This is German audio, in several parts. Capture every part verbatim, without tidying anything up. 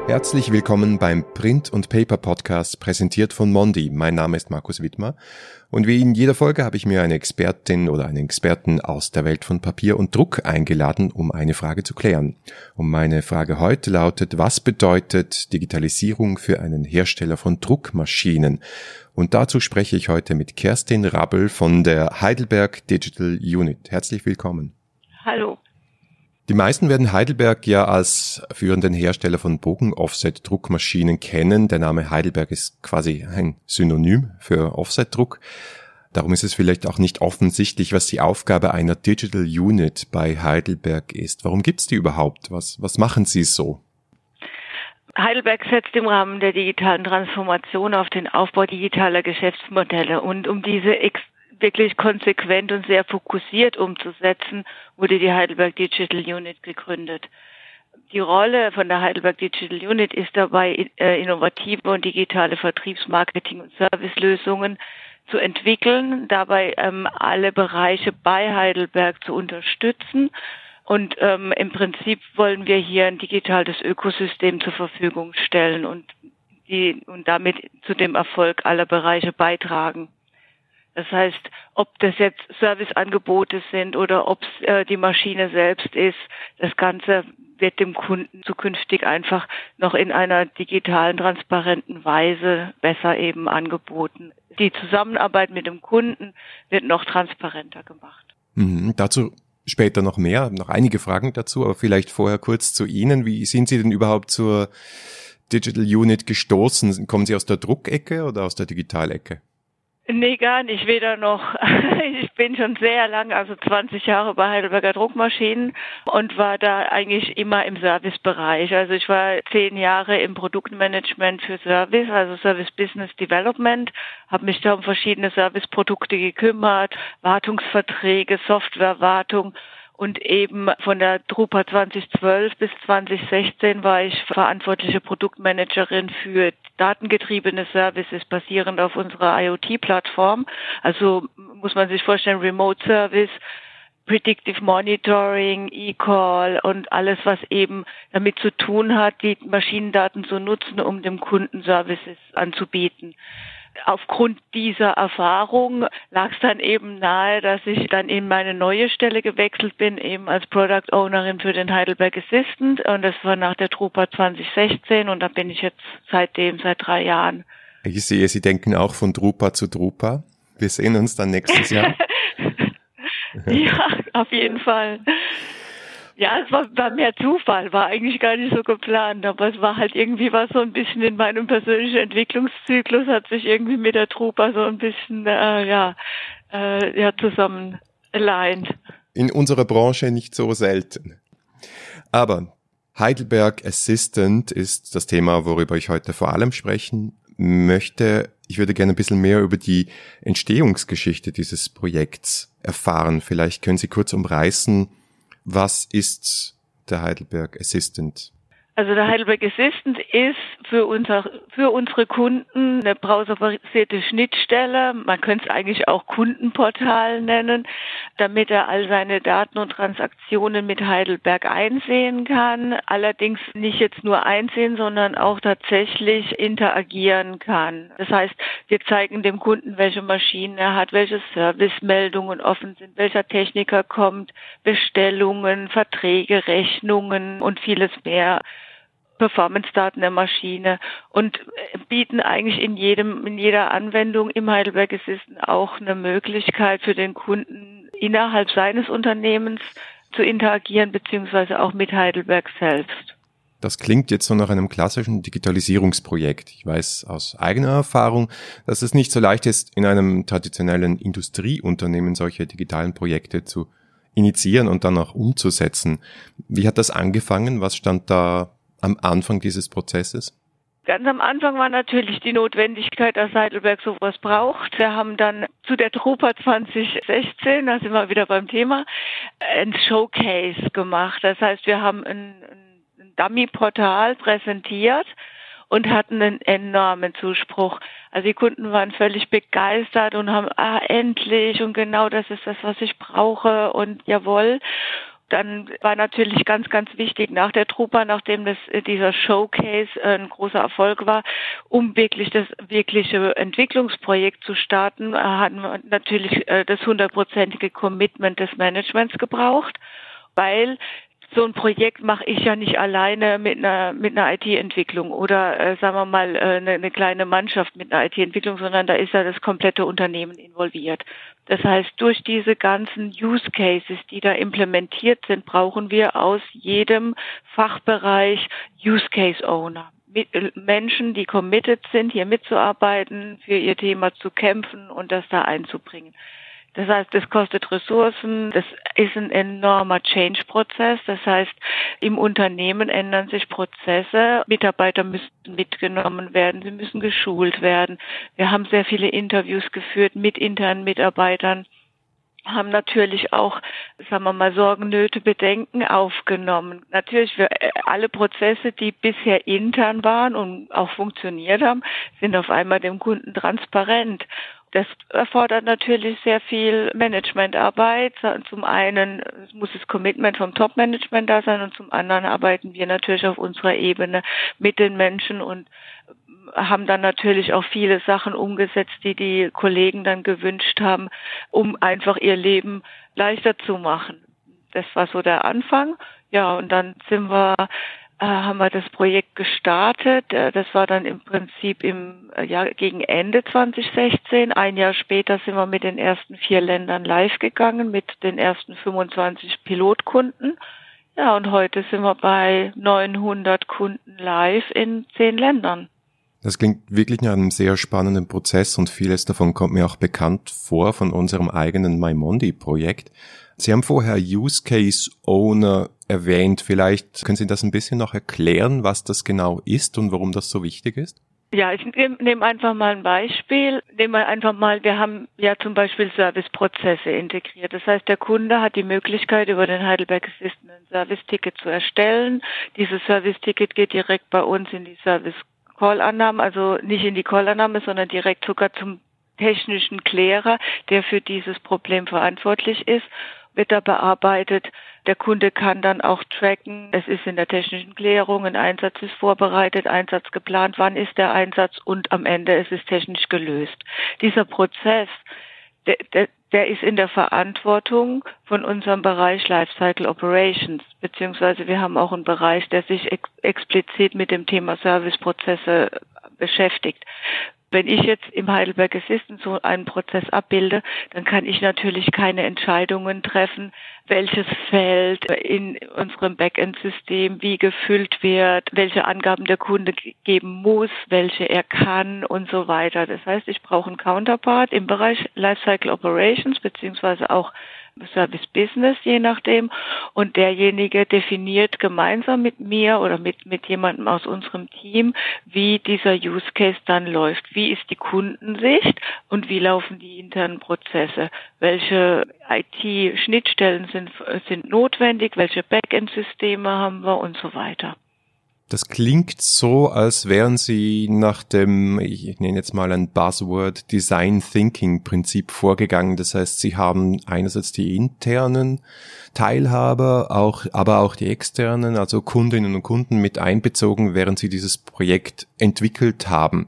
Herzlich willkommen beim Print und Paper Podcast, präsentiert von Mondi. Mein Name ist Markus Wittmer und wie in jeder Folge habe ich mir eine Expertin oder einen Experten aus der Welt von Papier und Druck eingeladen, um eine Frage zu klären. Und meine Frage heute lautet: Was bedeutet Digitalisierung für einen Hersteller von Druckmaschinen? Und dazu spreche ich heute mit Kerstin Rabbel von der Heidelberg Digital Unit. Herzlich willkommen. Hallo. Die meisten werden Heidelberg ja als führenden Hersteller von Bogen-Offset-Druckmaschinen kennen. Der Name Heidelberg ist quasi ein Synonym für Offset-Druck. Darum ist es vielleicht auch nicht offensichtlich, was die Aufgabe einer Digital Unit bei Heidelberg ist. Warum gibt's die überhaupt? Was, was machen Sie so? Heidelberg setzt im Rahmen der digitalen Transformation auf den Aufbau digitaler Geschäftsmodelle. Und um diese ex- wirklich konsequent und sehr fokussiert umzusetzen, wurde die Heidelberg Digital Unit gegründet. Die Rolle von der Heidelberg Digital Unit ist dabei, innovative und digitale Vertriebsmarketing- und Servicelösungen zu entwickeln, dabei ähm, alle Bereiche bei Heidelberg zu unterstützen. Und ähm, im Prinzip wollen wir hier ein digitales Ökosystem zur Verfügung stellen und, die, und damit zu dem Erfolg aller Bereiche beitragen. Das heißt, ob das jetzt Serviceangebote sind oder ob es äh, die Maschine selbst ist, das Ganze wird dem Kunden zukünftig einfach noch in einer digitalen, transparenten Weise besser eben angeboten. Die Zusammenarbeit mit dem Kunden wird noch transparenter gemacht. Mhm, dazu später noch mehr, noch einige Fragen dazu, aber vielleicht vorher kurz zu Ihnen. Wie sind Sie denn überhaupt zur Digital Unit gestoßen? Kommen Sie aus der Druckecke oder aus der Digitalecke? Nee, gar nicht, weder noch. Ich bin schon sehr lang, also zwanzig Jahre bei Heidelberger Druckmaschinen und war da eigentlich immer im Servicebereich. Also ich war zehn Jahre im Produktmanagement für Service, also Service Business Development, habe mich da um verschiedene Serviceprodukte gekümmert, Wartungsverträge, Softwarewartung. Und eben von der Drupa zwanzig zwölf bis zwanzig sechzehn war ich verantwortliche Produktmanagerin für datengetriebene Services basierend auf unserer IoT-Plattform. Also muss man sich vorstellen, Remote Service, Predictive Monitoring, E-Call und alles, was eben damit zu tun hat, die Maschinendaten zu nutzen, um dem Kunden Services anzubieten. Aufgrund dieser Erfahrung lag es dann eben nahe, dass ich dann in meine neue Stelle gewechselt bin, eben als Product Ownerin für den Heidelberg Assistant. Und das war nach der Drupa zwanzig sechzehn und da bin ich jetzt seitdem, seit drei Jahren. Ich sehe, Sie denken auch von Drupa zu Drupa. Wir sehen uns dann nächstes Jahr. Ja, auf jeden Fall. Ja, es war, war mehr Zufall, war eigentlich gar nicht so geplant, aber es war halt irgendwie was so ein bisschen in meinem persönlichen Entwicklungszyklus, hat sich irgendwie mit der Drupa so ein bisschen, äh, ja, äh, ja, zusammen aligned. In unserer Branche nicht so selten. Aber Heidelberg Assistant ist das Thema, worüber ich heute vor allem sprechen möchte. Ich würde gerne ein bisschen mehr über die Entstehungsgeschichte dieses Projekts erfahren. Vielleicht können Sie kurz umreißen, was ist der Heidelberg Assistant? Also der Heidelberg Assistant ist für unser, für unsere Kunden eine browserbasierte Schnittstelle. Man könnte es eigentlich auch Kundenportal nennen, damit er all seine Daten und Transaktionen mit Heidelberg einsehen kann. Allerdings nicht jetzt nur einsehen, sondern auch tatsächlich interagieren kann. Das heißt, wir zeigen dem Kunden, welche Maschinen er hat, welche Servicemeldungen offen sind, welcher Techniker kommt, Bestellungen, Verträge, Rechnungen und vieles mehr. Performance-Daten der Maschine und bieten eigentlich in jedem, in jeder Anwendung im Heidelberg Assistant auch eine Möglichkeit für den Kunden innerhalb seines Unternehmens zu interagieren, beziehungsweise auch mit Heidelberg selbst. Das klingt jetzt so nach einem klassischen Digitalisierungsprojekt. Ich weiß aus eigener Erfahrung, dass es nicht so leicht ist, in einem traditionellen Industrieunternehmen solche digitalen Projekte zu initiieren und dann auch umzusetzen. Wie hat das angefangen? Was stand da am Anfang dieses Prozesses? Ganz am Anfang war natürlich die Notwendigkeit, dass Heidelberg sowas braucht. Wir haben dann zu der Drupa zwanzig sechzehn, da sind wir wieder beim Thema, ein Showcase gemacht. Das heißt, wir haben ein, ein Dummy-Portal präsentiert und hatten einen enormen Zuspruch. Also die Kunden waren völlig begeistert und haben, ah, endlich und genau das ist das, was ich brauche und jawohl. Dann war natürlich ganz, ganz wichtig nach der Drupa, nachdem das, dieser Showcase ein großer Erfolg war, um wirklich das wirkliche Entwicklungsprojekt zu starten, hatten wir natürlich das hundertprozentige Commitment des Managements gebraucht, weil so ein Projekt mache ich ja nicht alleine mit einer mit einer I T-Entwicklung oder äh, sagen wir mal äh, eine, eine kleine Mannschaft mit einer I T-Entwicklung, sondern da ist ja das komplette Unternehmen involviert. Das heißt, durch diese ganzen Use Cases, die da implementiert sind, brauchen wir aus jedem Fachbereich Use Case Owner. Mit Menschen, die committed sind, hier mitzuarbeiten, für ihr Thema zu kämpfen und das da einzubringen. Das heißt, das kostet Ressourcen, das ist ein enormer Change-Prozess. Das heißt, im Unternehmen ändern sich Prozesse, Mitarbeiter müssen mitgenommen werden, sie müssen geschult werden. Wir haben sehr viele Interviews geführt mit internen Mitarbeitern, haben natürlich auch, sagen wir mal, Sorgen, Nöte, Bedenken aufgenommen. Natürlich für alle Prozesse, die bisher intern waren und auch funktioniert haben, sind auf einmal dem Kunden transparent. Das erfordert natürlich sehr viel Managementarbeit. Zum einen muss das Commitment vom Top-Management da sein und zum anderen arbeiten wir natürlich auf unserer Ebene mit den Menschen und haben dann natürlich auch viele Sachen umgesetzt, die die Kollegen dann gewünscht haben, um einfach ihr Leben leichter zu machen. Das war so der Anfang. Ja, und dann sind wir äh, haben wir das Projekt gestartet. Das war dann im Prinzip im ja, gegen Ende zwanzig sechzehn. Ein Jahr später sind wir mit den ersten vier Ländern live gegangen, mit den ersten fünfundzwanzig Pilotkunden. Ja, und heute sind wir bei neunhundert Kunden live in zehn Ländern. Das klingt wirklich nach einem sehr spannenden Prozess und vieles davon kommt mir auch bekannt vor von unserem eigenen MyMondi-Projekt. Sie haben vorher Use Case Owner erwähnt. Vielleicht können Sie das ein bisschen noch erklären, was das genau ist und warum das so wichtig ist? Ja, ich nehme einfach mal ein Beispiel. Nehmen wir einfach mal, wir haben ja zum Beispiel Serviceprozesse integriert. Das heißt, der Kunde hat die Möglichkeit, über den Heidelberg Assistant ein Service-Ticket zu erstellen. Dieses Service-Ticket geht direkt bei uns in die Service-Call-Annahme, also nicht in die Call-Annahme, sondern direkt sogar zum technischen Klärer, der für dieses Problem verantwortlich ist, wird da bearbeitet. Der Kunde kann dann auch tracken, es ist in der technischen Klärung, ein Einsatz ist vorbereitet, Einsatz geplant, wann ist der Einsatz und am Ende ist es technisch gelöst. Dieser Prozess, der, der, der ist in der Verantwortung von unserem Bereich Lifecycle Operations, beziehungsweise wir haben auch einen Bereich, der sich ex- explizit mit dem Thema Serviceprozesse beschäftigt. Wenn ich jetzt im Heidelberg Assistant so einen Prozess abbilde, dann kann ich natürlich keine Entscheidungen treffen, welches Feld in unserem Backend-System wie gefüllt wird, welche Angaben der Kunde geben muss, welche er kann und so weiter. Das heißt, ich brauche einen Counterpart im Bereich Lifecycle Operations beziehungsweise auch Service Business, je nachdem. Und derjenige definiert gemeinsam mit mir oder mit, mit jemandem aus unserem Team, wie dieser Use Case dann läuft. Wie ist die Kundensicht und wie laufen die internen Prozesse? Welche I T-Schnittstellen sind, sind notwendig? Welche Backend-Systeme haben wir und so weiter? Das klingt so, als wären Sie nach dem, ich nenne jetzt mal ein Buzzword, Design Thinking Prinzip vorgegangen. Das heißt, Sie haben einerseits die internen Teilhaber, auch, aber auch die externen, also Kundinnen und Kunden mit einbezogen, während Sie dieses Projekt entwickelt haben.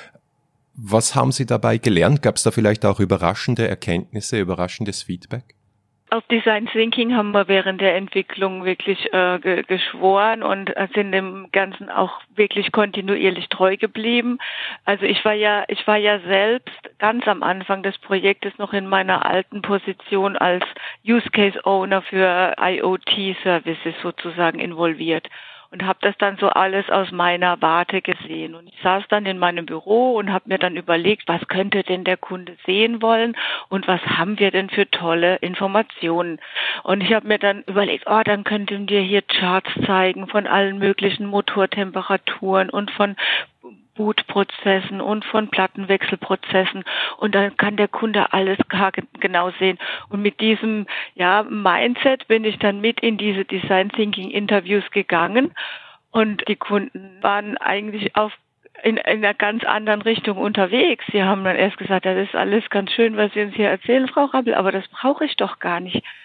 Was haben Sie dabei gelernt? Gab es da vielleicht auch überraschende Erkenntnisse, überraschendes Feedback? Auf Design Thinking haben wir während der Entwicklung wirklich äh, ge- geschworen und sind dem Ganzen auch wirklich kontinuierlich treu geblieben. Also ich war ja, ich war ja selbst ganz am Anfang des Projektes noch in meiner alten Position als Use Case Owner für I O T Services sozusagen involviert. Und habe das dann so alles aus meiner Warte gesehen. Und ich saß dann in meinem Büro und habe mir dann überlegt, was könnte denn der Kunde sehen wollen und was haben wir denn für tolle Informationen. Und ich habe mir dann überlegt, oh, dann könnten wir hier Charts zeigen von allen möglichen Motortemperaturen und von Bootprozessen und von Plattenwechselprozessen und dann kann der Kunde alles genau sehen. Und mit diesem ja Mindset bin ich dann mit in diese Design Thinking Interviews gegangen und die Kunden waren eigentlich auf in, in einer ganz anderen Richtung unterwegs. Sie haben dann erst gesagt, das ist alles ganz schön, was Sie uns hier erzählen, Frau Rappel, aber das brauche ich doch gar nicht.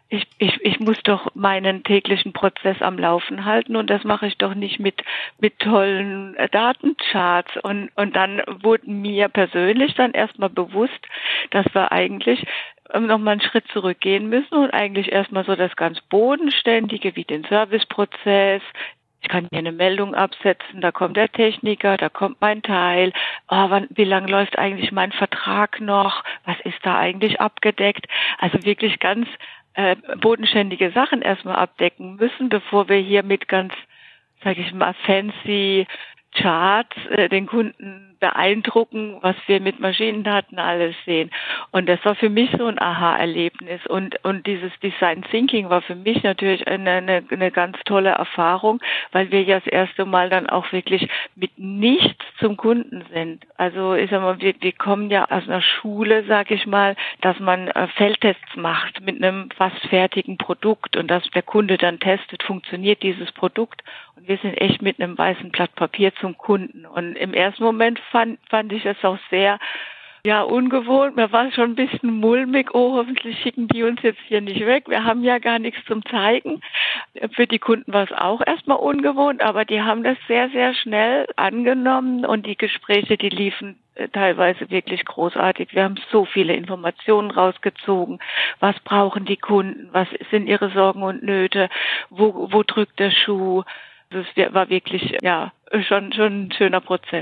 Ich, ich, ich muss doch meinen täglichen Prozess am Laufen halten und das mache ich doch nicht mit, mit tollen Datencharts. Und, und dann wurde mir persönlich dann erstmal bewusst, dass wir eigentlich nochmal einen Schritt zurückgehen müssen und eigentlich erstmal so das ganz Bodenständige wie den Serviceprozess. Ich kann hier eine Meldung absetzen, da kommt der Techniker, da kommt mein Teil. Oh, wann, wie lange läuft eigentlich mein Vertrag noch? Was ist da eigentlich abgedeckt? Also wirklich ganz äh, bodenständige Sachen erstmal abdecken müssen, bevor wir hier mit ganz, sage ich mal, fancy Charts äh, den Kunden beeindrucken, was wir mit Maschinendaten alles sehen. Und das war für mich so ein Aha-Erlebnis. Und und dieses Design Thinking war für mich natürlich eine, eine, eine ganz tolle Erfahrung, weil wir ja das erste Mal dann auch wirklich mit nichts zum Kunden sind. Also ich sag mal, wir, wir kommen ja aus einer Schule, sag ich mal, dass man äh, Feldtests macht mit einem fast fertigen Produkt und dass der Kunde dann testet, funktioniert dieses Produkt. Und wir sind echt mit einem weißen Blatt Papier zum Kunden. Und im ersten Moment fand, fand ich es auch sehr, ja, ungewohnt. Mir war schon ein bisschen mulmig. Oh, hoffentlich schicken die uns jetzt hier nicht weg. Wir haben ja gar nichts zum Zeigen. Für die Kunden war es auch erstmal ungewohnt, aber die haben das sehr, sehr schnell angenommen und die Gespräche, die liefen teilweise wirklich großartig. Wir haben so viele Informationen rausgezogen. Was brauchen die Kunden? Was sind ihre Sorgen und Nöte? Wo, wo drückt der Schuh? Das war wirklich, ja, schon, schon ein schöner Prozess.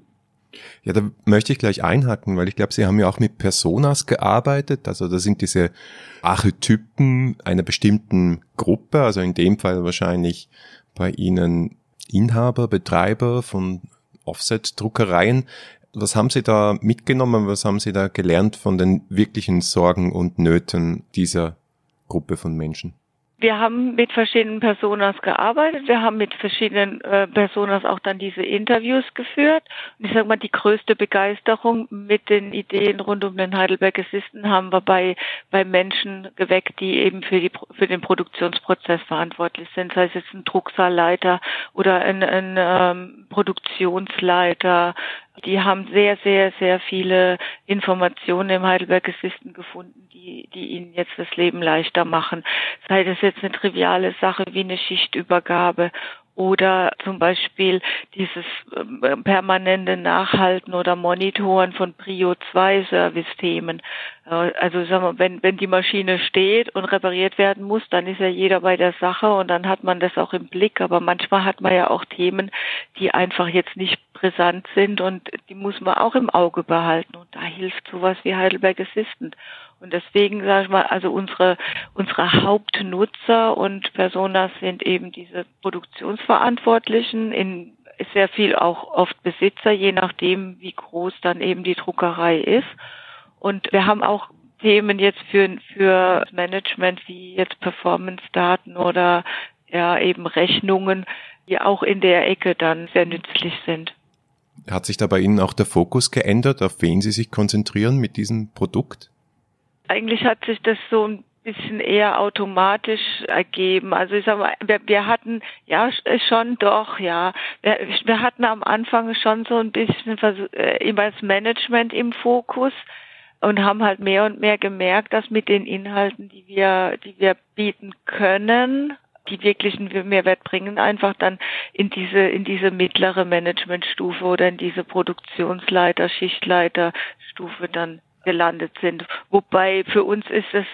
Ja, da möchte ich gleich einhaken, weil ich glaube, Sie haben ja auch mit Personas gearbeitet. Also das sind diese Archetypen einer bestimmten Gruppe, also in dem Fall wahrscheinlich bei Ihnen Inhaber, Betreiber von Offset-Druckereien. Was haben Sie da mitgenommen? Was haben Sie da gelernt von den wirklichen Sorgen und Nöten dieser Gruppe von Menschen? Wir haben mit verschiedenen Personas gearbeitet. Wir haben mit verschiedenen äh, Personas auch dann diese Interviews geführt. Und ich sage mal, die größte Begeisterung mit den Ideen rund um den Heidelberg Assistant haben wir bei bei Menschen geweckt, die eben für die für den Produktionsprozess verantwortlich sind. Sei es jetzt ein Drucksaalleiter oder ein, ein ähm, Produktionsleiter. Die haben sehr, sehr, sehr viele Informationen im Heidelberg Assistant gefunden, die, die ihnen jetzt das Leben leichter machen. Sei das jetzt eine triviale Sache wie eine Schichtübergabe oder zum Beispiel dieses äh, permanente Nachhalten oder Monitoren von Prio zwei Service-Themen. Äh, also sagen wir, wenn, wenn die Maschine steht und repariert werden muss, dann ist ja jeder bei der Sache und dann hat man das auch im Blick. Aber manchmal hat man ja auch Themen, die einfach jetzt nicht brisant sind und die muss man auch im Auge behalten. Und da hilft sowas wie Heidelberg Assistant. Und deswegen sage ich mal, also unsere unsere Hauptnutzer und Personas sind eben diese Produktionsverantwortlichen, in sehr viel auch oft Besitzer, je nachdem, wie groß dann eben die Druckerei ist. Und wir haben auch Themen jetzt für für Management wie jetzt Performance-Daten oder ja eben Rechnungen, die auch in der Ecke dann sehr nützlich sind. Hat sich da bei Ihnen auch der Fokus geändert, auf wen Sie sich konzentrieren mit diesem Produkt? Eigentlich hat sich das so ein bisschen eher automatisch ergeben. Also ich sag mal, wir, wir hatten ja schon doch, ja, wir, wir hatten am Anfang schon so ein bisschen äh, immer das Management im Fokus und haben halt mehr und mehr gemerkt, dass mit den Inhalten, die wir, die wir bieten können, die wirklichen Mehrwert bringen, einfach dann in diese in diese mittlere Managementstufe oder in diese Produktionsleiter, Schichtleiterstufe dann gelandet sind. Wobei für uns ist es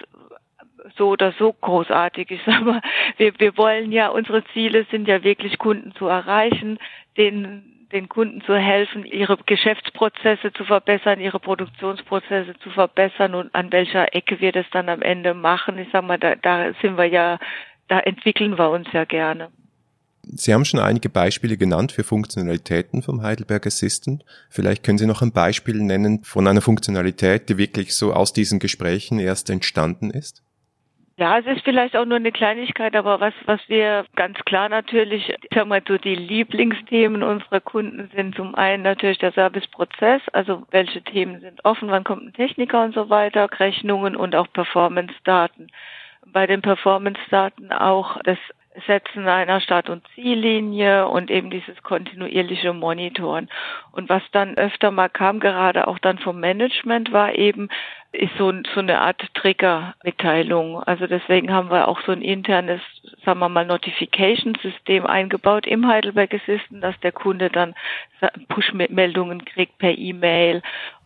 so oder so großartig. Ich sag mal, wir, wir wollen ja, unsere Ziele sind ja wirklich, Kunden zu erreichen, den, den Kunden zu helfen, ihre Geschäftsprozesse zu verbessern, ihre Produktionsprozesse zu verbessern und an welcher Ecke wir das dann am Ende machen. Ich sag mal, da, da sind wir ja, da entwickeln wir uns ja gerne. Sie haben schon einige Beispiele genannt für Funktionalitäten vom Heidelberg Assistant. Vielleicht können Sie noch ein Beispiel nennen von einer Funktionalität, die wirklich so aus diesen Gesprächen erst entstanden ist? Ja, es ist vielleicht auch nur eine Kleinigkeit, aber was was wir ganz klar natürlich, ich sag mal so, die Lieblingsthemen unserer Kunden sind zum einen natürlich der Serviceprozess, also welche Themen sind offen, wann kommt ein Techniker und so weiter, Rechnungen und auch Performance-Daten. Bei den Performance-Daten auch das Setzen einer Start- und Ziellinie und eben dieses kontinuierliche Monitoren. Und was dann öfter mal kam, gerade auch dann vom Management, war eben, ist so, so eine Art Trigger-Mitteilung. Also deswegen haben wir auch so ein internes, sagen wir mal, Notification-System eingebaut im Heidelberg Assistant, dass der Kunde dann Push-Meldungen kriegt per E-Mail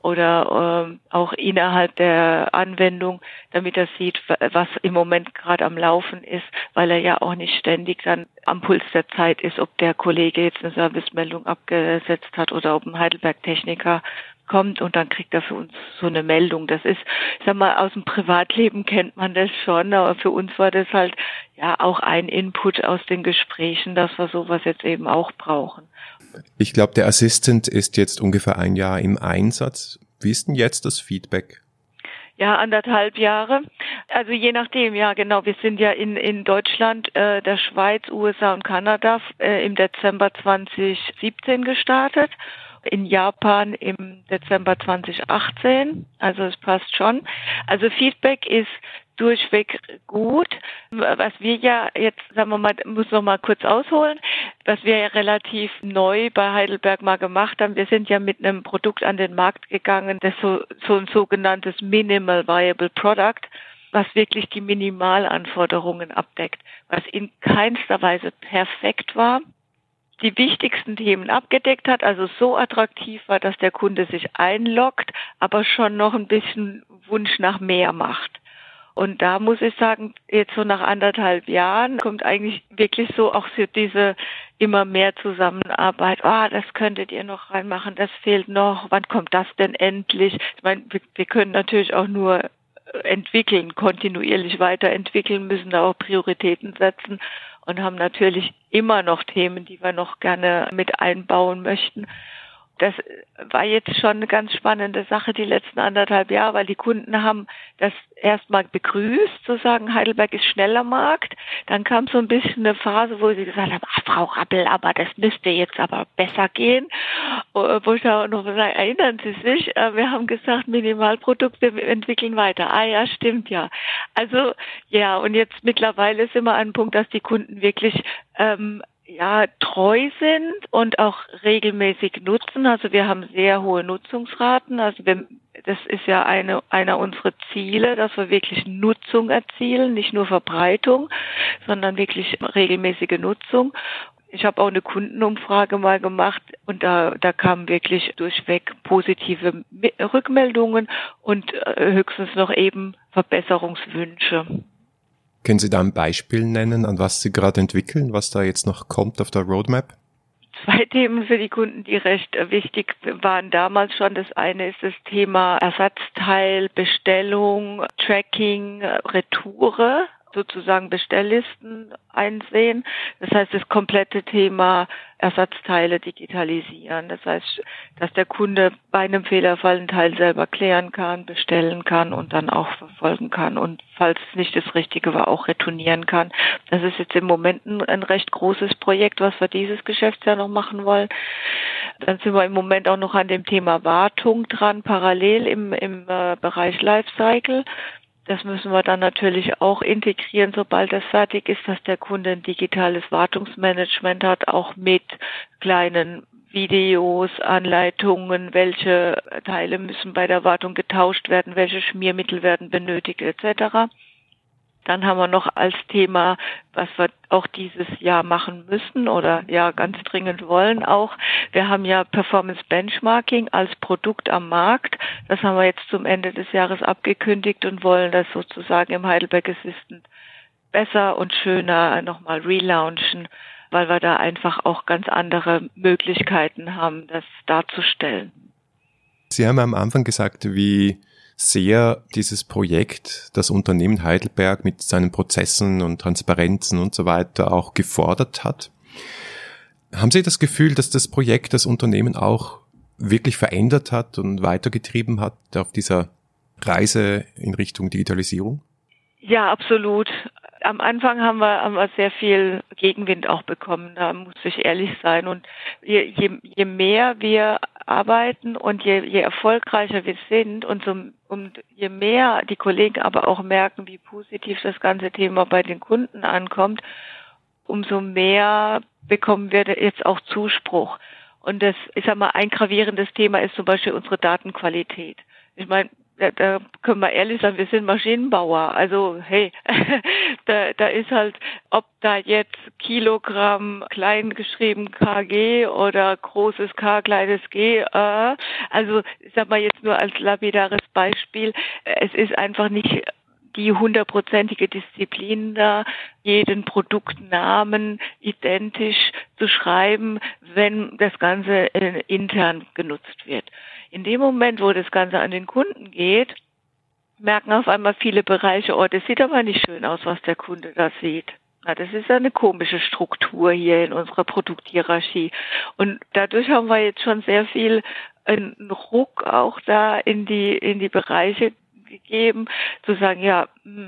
oder ähm, auch innerhalb der Anwendung, damit er sieht, was im Moment gerade am Laufen ist, weil er ja auch nicht ständig dann am Puls der Zeit ist, ob der Kollege jetzt eine Servicemeldung abgesetzt hat oder ob ein Heidelberg-Techniker kommt und dann kriegt er für uns so eine Meldung. Das ist, ich sag mal, aus dem Privatleben kennt man das schon, aber für uns war das halt ja auch ein Input aus den Gesprächen, dass wir sowas jetzt eben auch brauchen. Ich glaube, der Assistant ist jetzt ungefähr ein Jahr im Einsatz. Wie ist denn jetzt das Feedback? Ja, anderthalb Jahre. Also je nachdem, ja genau. Wir sind ja in in Deutschland, äh, der Schweiz, U S A und Kanada äh, im Dezember zwanzig siebzehn gestartet. In Japan im Dezember zwanzig achtzehn, also es passt schon. Also Feedback ist durchweg gut. Was wir ja jetzt, sagen wir mal, muss noch mal kurz ausholen, was wir ja relativ neu bei Heidelberg mal gemacht haben, wir sind ja mit einem Produkt an den Markt gegangen, das so, so ein sogenanntes Minimal Viable Product, was wirklich die Minimalanforderungen abdeckt, was in keinster Weise perfekt war, die wichtigsten Themen abgedeckt hat, also so attraktiv war, dass der Kunde sich einloggt, aber schon noch ein bisschen Wunsch nach mehr macht. Und da muss ich sagen, jetzt so nach anderthalb Jahren kommt eigentlich wirklich so auch so diese immer mehr Zusammenarbeit. Ah, das könntet ihr noch reinmachen, das fehlt noch. Wann kommt das denn endlich? Ich meine, wir, wir können natürlich auch nur entwickeln, kontinuierlich weiterentwickeln, müssen da auch Prioritäten setzen und haben natürlich immer noch Themen, die wir noch gerne mit einbauen möchten. Das war jetzt schon eine ganz spannende Sache die letzten anderthalb Jahre, weil die Kunden haben das erstmal begrüßt, zu sagen, Heidelberg ist schneller Markt. Dann kam so ein bisschen eine Phase, wo sie gesagt haben, ah, Frau Rappel, aber das müsste jetzt aber besser gehen. Wo ich auch noch sage, erinnern Sie sich, wir haben gesagt, Minimalprodukt, wir entwickeln weiter. Ah ja, stimmt ja. Also ja, und jetzt mittlerweile sind wir an einem Punkt, dass die Kunden wirklich ähm, ja, treu sind und auch regelmäßig nutzen. Also wir haben sehr hohe Nutzungsraten. Also wir, das ist ja eine, einer unserer Ziele, dass wir wirklich Nutzung erzielen, nicht nur Verbreitung, sondern wirklich regelmäßige Nutzung. Ich habe auch eine Kundenumfrage mal gemacht und da, da kamen wirklich durchweg positive Rückmeldungen und höchstens noch eben Verbesserungswünsche. Können Sie da ein Beispiel nennen, an was Sie gerade entwickeln, was da jetzt noch kommt auf der Roadmap? Zwei Themen für die Kunden, die recht wichtig waren damals schon. Das eine ist das Thema Ersatzteil, Bestellung, Tracking, Retoure, sozusagen Bestelllisten einsehen. Das heißt, das komplette Thema Ersatzteile digitalisieren. Das heißt, dass der Kunde bei einem Fehlerfall einen Teil selber klären kann, bestellen kann und dann auch verfolgen kann und falls es nicht das Richtige war, auch retournieren kann. Das ist jetzt im Moment ein, ein recht großes Projekt, was wir dieses Geschäftsjahr noch machen wollen. Dann sind wir im Moment auch noch an dem Thema Wartung dran, parallel im, im äh, Bereich Lifecycle. Das müssen wir dann natürlich auch integrieren, sobald das fertig ist, dass der Kunde ein digitales Wartungsmanagement hat, auch mit kleinen Videos, Anleitungen, welche Teile müssen bei der Wartung getauscht werden, welche Schmiermittel werden benötigt et cetera. Dann haben wir noch als Thema, was wir auch dieses Jahr machen müssen oder ja ganz dringend wollen auch. Wir haben ja Performance Benchmarking als Produkt am Markt. Das haben wir jetzt zum Ende des Jahres abgekündigt und wollen das sozusagen im Heidelberg Assistant besser und schöner nochmal relaunchen, weil wir da einfach auch ganz andere Möglichkeiten haben, das darzustellen. Sie haben am Anfang gesagt, wie sehr dieses Projekt das Unternehmen Heidelberg mit seinen Prozessen und Transparenzen und so weiter auch gefordert hat. Haben Sie das Gefühl, dass das Projekt das Unternehmen auch wirklich verändert hat und weitergetrieben hat auf dieser Reise in Richtung Digitalisierung? Ja, absolut. Am Anfang haben wir, haben wir sehr viel Gegenwind auch bekommen, da muss ich ehrlich sein. Und je, je, je mehr wir arbeiten und je, je erfolgreicher wir sind und, so, und je mehr die Kollegen aber auch merken, wie positiv das ganze Thema bei den Kunden ankommt, umso mehr bekommen wir jetzt auch Zuspruch. Und das, ich sag mal, ein gravierendes Thema ist zum Beispiel unsere Datenqualität. Ich meine, da, da können wir ehrlich sein, wir sind Maschinenbauer. Also hey, da, da ist halt, ob da jetzt Kilogramm klein geschrieben K G oder großes K, kleines G, äh, also ich sag mal jetzt nur als lapidares Beispiel, es ist einfach nicht die hundertprozentige Disziplin da, jeden Produktnamen identisch zu schreiben, wenn das Ganze äh, intern genutzt wird. In dem Moment, wo das Ganze an den Kunden geht, merken auf einmal viele Bereiche, oh, das sieht aber nicht schön aus, was der Kunde da sieht. Na, das ist ja eine komische Struktur hier in unserer Produkthierarchie. Und dadurch haben wir jetzt schon sehr viel einen Ruck auch da in die, in die Bereiche gegeben, zu sagen, ja,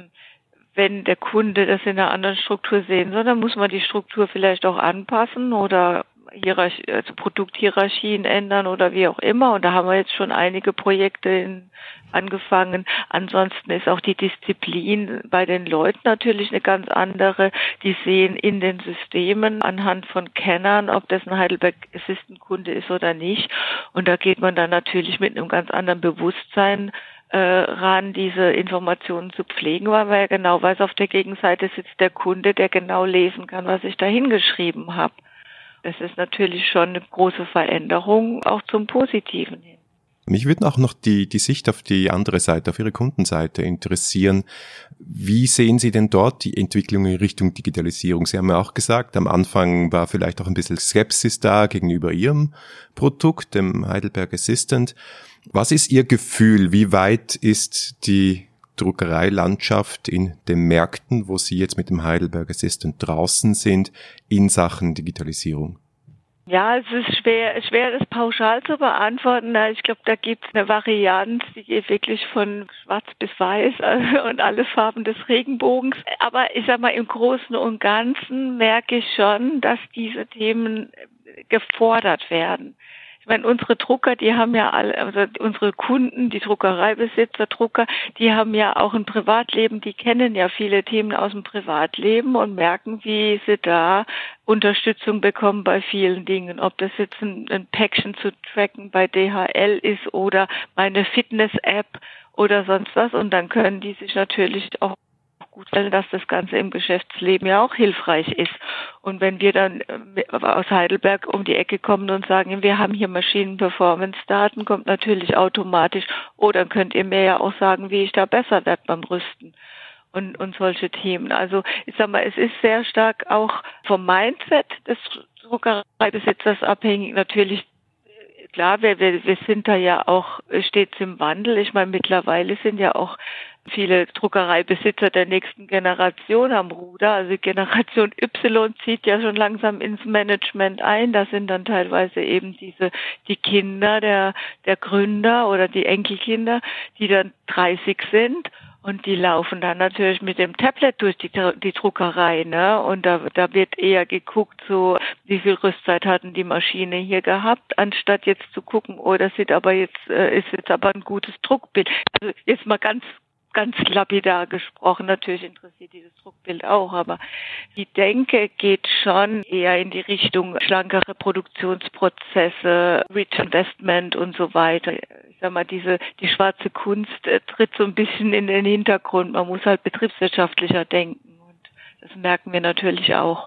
wenn der Kunde das in einer anderen Struktur sehen soll, dann muss man die Struktur vielleicht auch anpassen oder Hierarchie, also Produkthierarchien ändern oder wie auch immer. Und da haben wir jetzt schon einige Projekte in, angefangen. Ansonsten ist auch die Disziplin bei den Leuten natürlich eine ganz andere. Die sehen in den Systemen anhand von Kennern, ob das ein Heidelberg Assistant Kunde ist oder nicht. Und da geht man dann natürlich mit einem ganz anderen Bewusstsein äh, ran, diese Informationen zu pflegen, weil man ja genau weiß, auf der Gegenseite sitzt der Kunde, der genau lesen kann, was ich da hingeschrieben habe. Das ist natürlich schon eine große Veränderung, auch zum Positiven hin. Mich würde auch noch die, die Sicht auf die andere Seite, auf Ihre Kundenseite interessieren. Wie sehen Sie denn dort die Entwicklung in Richtung Digitalisierung? Sie haben ja auch gesagt, am Anfang war vielleicht auch ein bisschen Skepsis da gegenüber Ihrem Produkt, dem Heidelberg Assistant. Was ist Ihr Gefühl? Wie weit ist die Druckereilandschaft in den Märkten, wo Sie jetzt mit dem Heidelberg Assistant draußen sind, in Sachen Digitalisierung? Ja, es ist schwer, schwer das pauschal zu beantworten. Ich glaube, da gibt es eine Varianz, die geht wirklich von schwarz bis weiß und alle Farben des Regenbogens. Aber ich sag mal, im Großen und Ganzen merke ich schon, dass diese Themen gefordert werden. Ich meine, unsere Drucker, die haben ja alle, also unsere Kunden, die Druckereibesitzer, Drucker, die haben ja auch ein Privatleben, die kennen ja viele Themen aus dem Privatleben und merken, wie sie da Unterstützung bekommen bei vielen Dingen. Ob das jetzt ein, ein Päckchen zu tracken bei D H L ist oder meine Fitness-App oder sonst was. Und dann können die sich natürlich auch gut stellen, dass das Ganze im Geschäftsleben ja auch hilfreich ist. Und wenn wir dann aus Heidelberg um die Ecke kommen und sagen, wir haben hier Maschinen-Performance-Daten, kommt natürlich automatisch, oh, dann könnt ihr mir ja auch sagen, wie ich da besser werde beim Rüsten und, und solche Themen. Also ich sag mal, es ist sehr stark auch vom Mindset des Druckereibesitzers abhängig. Natürlich, klar, wir, wir, wir sind da ja auch stets im Wandel. Ich meine, mittlerweile sind ja auch viele Druckereibesitzer der nächsten Generation am Ruder. Also Generation Y zieht ja schon langsam ins Management ein. Da sind dann teilweise eben diese, die Kinder der, der Gründer oder die Enkelkinder, die dann dreißig sind. Und die laufen dann natürlich mit dem Tablet durch die, die Druckerei, ne? Und da, da wird eher geguckt, so, wie viel Rüstzeit hatten die Maschine hier gehabt, anstatt jetzt zu gucken, oh, das sieht aber jetzt, äh, ist jetzt aber ein gutes Druckbild. Also jetzt mal ganz ganz lapidar gesprochen, natürlich interessiert dieses Druckbild auch, aber die Denke geht schon eher in die Richtung schlankere Produktionsprozesse, Return Investment und so weiter. Ich sag mal, diese, die schwarze Kunst äh, tritt so ein bisschen in den Hintergrund. Man muss halt betriebswirtschaftlicher denken und das merken wir natürlich auch.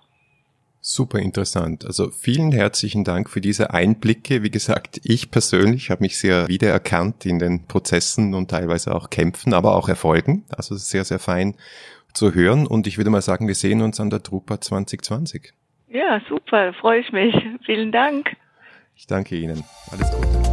Super interessant. Also vielen herzlichen Dank für diese Einblicke. Wie gesagt, ich persönlich habe mich sehr wiedererkannt in den Prozessen und teilweise auch Kämpfen, aber auch Erfolgen. Also sehr, sehr fein zu hören. Und ich würde mal sagen, wir sehen uns an der Drupa zwanzig zwanzig. Ja, super, freue ich mich. Vielen Dank. Ich danke Ihnen. Alles Gute.